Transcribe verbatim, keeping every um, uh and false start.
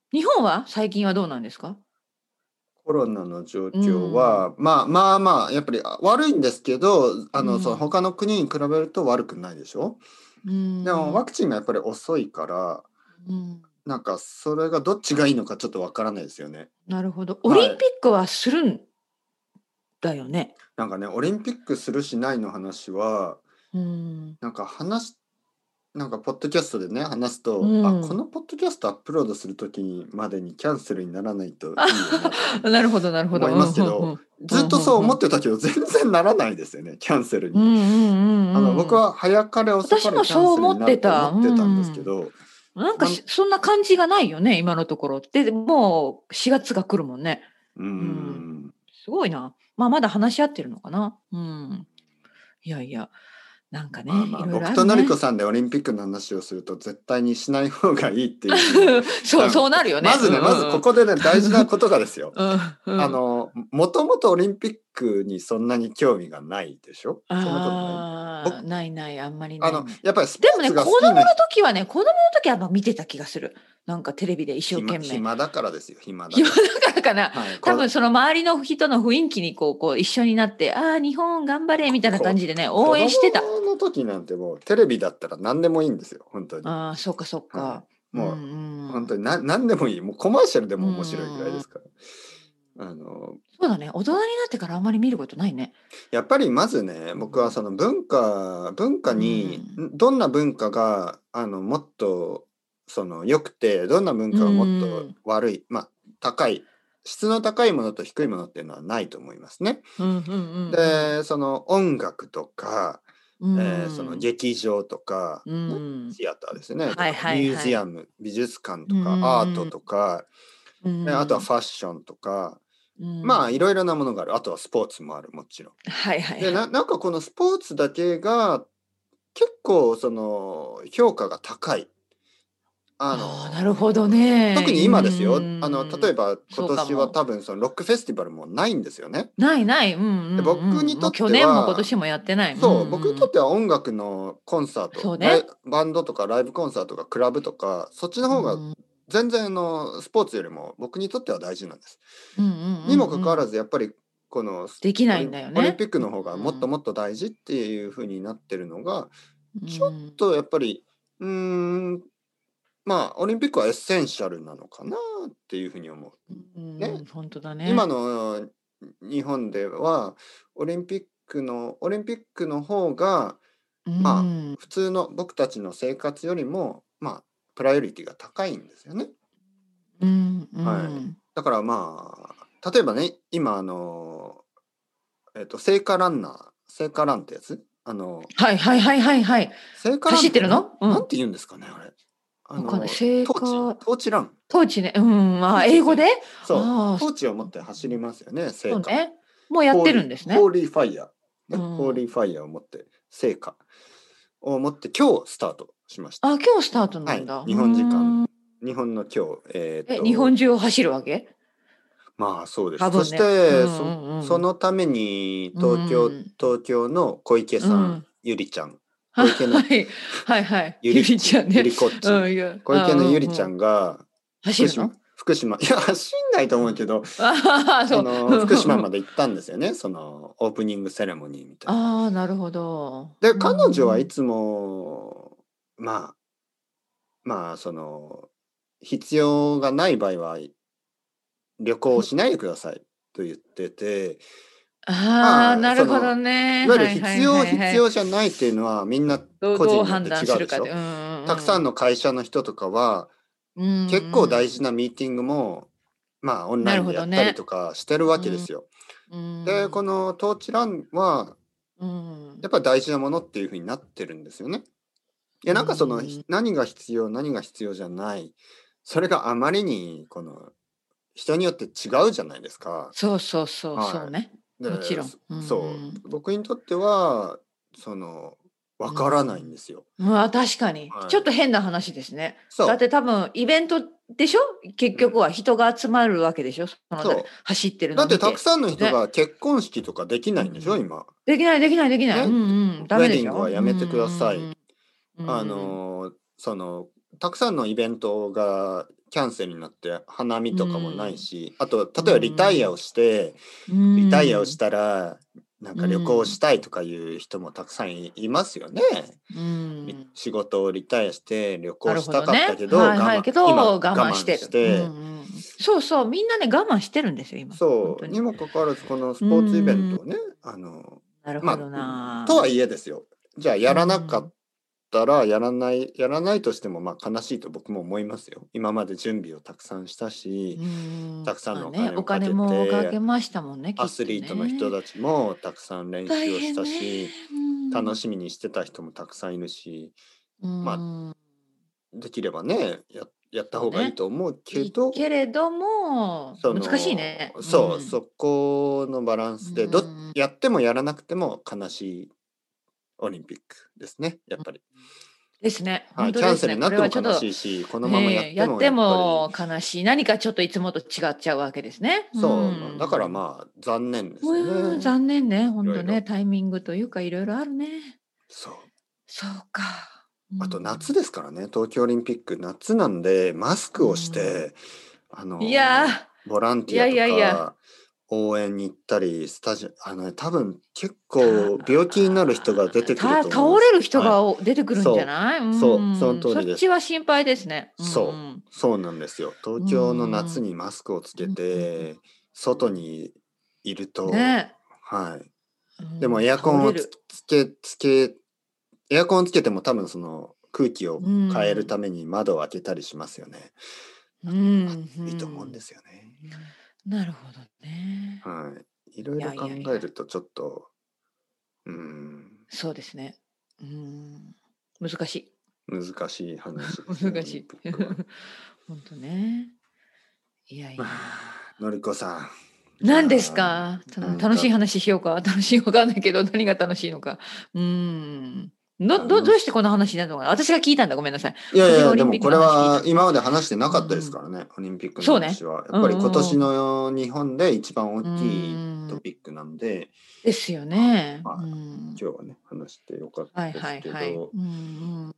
日本は最近はどうなんですか？ コロナの状う況ん。 は、まあまあまあ、やっぱりあ悪いんですけど、 うあの、そのん。 他の国に比べると悪くないでしょ。 うでもワん。 クチンがやっぱり遅いから、 うん。 なんかそれがどっちがいいのかちょっとわからないですよね。 なるほど。オリンはい。 ピックはするんだよね？ なんかね、オリンピックするしないの話は、 うん。 なんか話なんかポッドキャストでね、話すうと、あ、こん。 のポッドキャストアップロードする時にまでにキャンセルにならないといいよなとかなるほどなるほど。 思いうん、 ますけど、 ふんふん。うん、 ずっとそうふんふん。 思ってたけど、全然ならないですよね、キャンセルに。 うんうんうんあの、僕うん。 は早かれ遅か私れキャンセルもそう思になると思ってた。うってたんですけん。 ど、 なんかなんしそんな感じがないよね、今のところ。で、もうしがつが来るもんね。 うーうん。 ん。 すごいな。まあ、まだ話し合ってるのかな。うん。いやいや、なんかね、 まあまあ、 いろいろ僕とのりこあるね。 さんでオリンピックの話をすると絶対にしない方がいいっていうふうに、 そう、 あの、 そうなるよね。うんうまずね、まずんうん。 ここでね、大事なことがですよ。 うんうん。 あの、もともとオリンピックにそんなに興味がないでしょ？そんなことない？ ああ、 僕、 ないない、あんまりあの、 ないない。 やっぱりスポでもね、 ーツが子供の好きな人時はね、子供の時はやっぱ見てた気がする。なんかテレビで一生暇懸命。 暇だからですよ、暇だ暇から。 だからかな。 はい、こ多分その周りの人の雰囲気にこうこう一緒になって、ああ、日本頑張れみたいな感こじでね、応子供援してた。 の時なんてもうテレビだったら何でもいいんですよ、本当に。 ああ、そっかそっはい。 か。うんもううん。 本当にな何でもいい。もうコマーシャルでうも面白いぐらいでん。 すから。あの、 そうだね、大人になってからあんまり見ることないね。 やっぱりまずね、 うん。 僕はその文化文化うに、 ん。 んどんな文化があのもっとその良くて、どんな文う化がもっとん。 悪い、まあ、高い、質の高いものと低いものっていうのはないと思いますね。 うんうんうんで、その音楽とか、 うえーそのん。 劇場とか、 うね、 ん。 シアターですね、とはいか、ミューはいはい。 ジアム、美術館うんうとか、アートんとか、 うえあとはん。 ファッションとか、 うまあいん。 ろいろなものがある。あとはスポーツもある、もちろん。 はいはいで、 はい。 ななんかこのスポーツだけが結構その評価が高い。あああ、なるほどの、特ね。うに今ですよ。あの、 ーん。 例えば今そうかも。 年は多分そのロックフェスティバルもないんですよね。 ないない。うんうで、僕んうん。もう去にとって年も今は、 年もやってない。うんそう、僕にうん。 とっては音楽のコンサート、ライそうね。 バンドとかライブコンサートとかクラブとか、そっちの方がうん。 全然あのスポーツよりも僕にとっては大事なんです。 うんうんうんにもかかわらうん。 ずやっぱりこのできないんオリンオリンだよね。 ピックうの方がもっとん。 もっと大事っていう風になってるのが、 うちょっん。 とやっぱり、うーん、まあ、オリンピックはエッセンシャルなのかなっていう風に思う。 うね。 ん、ほんとだ今ね。 の日本では、オリンピックのオリンピックの方が、 うまあ、 ん。 普通の僕たちの生活よりも、まあ、プライオリティが高いんですよね。 うんうはい。 ん。 だからまあ、例えばね、今あの、えっと、聖火ランナー、聖火ランってやつあの、 はいはいはいはいはい。 聖火ランってなん走ってるの？うん。 なんて言うんですかね、あれ。あわかんない。 の、 聖トーチ火トーチラン。 トーチね。うん、あ、 トーチですよね。 英語で？ そう、 ああ、そトーチを持って走りますよね、聖火。 そうね。もうやってるホーリーんですね。 ホーリーファイヤー。ね、ホーうん。 リーファイヤーを持って、聖火を持って今日スタートしました。 あ、今日スタートなはい、 んだ。う日本時間ーん。 日本の今日、えっえ、日と、 本中を走るわけ？ まあ、そうです。そし多分ね。うんて、そそうんうん。 のためにう東京ん。 東京の小池さん、 うん。 ゆりちゃん、 は小池のい。はいはい。 ゆゆりっち、 りちゃんね。 ゆりこっち、 うん、いや、 小池あ、 のゆりちゃうんうん。 んが福島走るの？ 福島いや、走んないと思うけど、 ああ、そう。 あの、福島まうんうんうん。 で行ったんですよね、そのオープニングセレモニーみたいな。 ああ、なるほど。 で、 う彼女はいん。 つも、まあ、まあ、その、必要がない場合は旅行をしないでくださいと言ってて、 ああ、 まあ、 なるほどその、 ね。 いわゆるはいはい必要必はいはい。 要じゃないっていうのはみんなどうどう判個人によって違断するかで。 うでしょ。 うんうんたくさんの会社の人とかはうん。うん結構うん。 大事なミーティングも、まあ、オンラなるインでやったりほどね。 とかしてるわうん。 けですよ。 うで、こん。 のトーチランはうん。 やっぱ大事なものっていう風になってるんですよね。いうや、なんかその、 ん。 何が必要、何が必要じゃない、それがあまりにこの人によって違うじゃないですか。 そうそうそう、そはうね。 い。で、 もちろん。 そうそん。 う、僕にとっては、その、わうからないんん。 ですよ。 まあ、確かに。ちょっはい。 と変な話ですね。だっそて多分イベントでしょ？結う。うん。 局は人が集まるわけでしょ？その、だってそう。 走ってるだってたくのを見て。 さんの人ね。 が結婚式とかできないんでしょ、 うん。 今。 できないできないできない。うんね。 うん。ダウェメでしょ？ ディングはやうんめてください。 うんうん。 あうん。 の、その、たくさんのイベントがキャンセルになって花見うとかもないん。 し、あとう例えばリタイアん。 をしてうリタイアをしん。 たらなんうか旅行しん。 たいとかいう人もたくさんい、いますよね。 うりん。 仕事をリタイアして旅な行したかったるほどね。 けど我はいはい。けど、 慢今我我慢慢してる。うんうしてん。そうそう、みんなね、我慢してるんですよ、今。ほんとに。 そうにもかかわらずこのスうポーツイベンーん。 トをねあのまあなるほどとはな。 いえですよ。じゃあうやらなかっん。 たらやらないやらないとしてもまあ悲しいと僕も思いますよ。今まで準備をたくさんしたし、 うーん。 たくさんのおまあね、お金金をかけもかけて、 ましたもんね、きっとアスリートの人ね。 たちもたくさん練大習をし変ね。 たし、 うん。 楽しみにしてた人もたくさんいるし、 うーまあん。 できればね、ややった方がいいそうね。 と思うけいいど、 けれども、 そ難しいの、 ね。うそう、 ん。 そこのバランうスで、どーん。 やってもやらなくても悲しいオリンピックですね、やっうん。 ぱり。 ですね。ほはい、キャンセんとですね。これルになってもはちょっと、 悲しいし、このままやっええ、やっててもやっぱりも悲しい。何かちょっといつもと違っちゃうわけですね。うーそう、ま、だからん。 まあ、残念ですようーん、 ね。 残念ね、ほんとね、 いろいろ。 タイミングというか色々あるね。 そう。 そうか。うあと夏ん。 ですからね、東京オリンピック、夏なんで、マスうクをしん。 て、あいや、 の、ボランいやいティアとやいや。 か応援に行ったり、スタジあのね、多分結た構病気になる人が出てくるたと思います。 倒れる人はい。 が、お出てくるんじゃそない？うう、そう、そのーん、そっち通りです。 は心配ですね。うんうそう、 ん。 そうなんですよ。東う京のんうん。 夏にマスクをつけうんうん。 て、外にいるとね。 はい。でもうん、 エアコンをつ倒れる。 つけつけエアコンつけても多分その空気をう変えるたん。 めに窓を開けたりしますよね。 うあ、 ん、ふ暑いと思うんでん。 すよね。 なるほどね。 はい。いろいいやろ考いやいや。 えるとちょっと、うーん、 そうですね。うーん、難しい。 難しい話ですね、オリン難しい。 ピックは。 ほんとね。いやいまあ、 や。 のりこさん、じゃ何ですあ、 か？たなんか楽しい話しようか？楽しいわかんないけど、何が楽しいのか。うーん。どどど楽しうしてこの話になるのかな？私が聞いたんだ、ごめんなさい。 いやいや、 私がオリでもこれンピックの話聞いたの。 は今まで話してなかったですうんうん。 からね、オリンピックのそうね。 話は。やっうんぱり今年うんうん。 の日本で一番大うーきいトん。 ピックなんで、 ですよまあ、 ね。うまあ、 ん。 今日はね、話してよかっはいたですはいはい。 けど、 うんうん。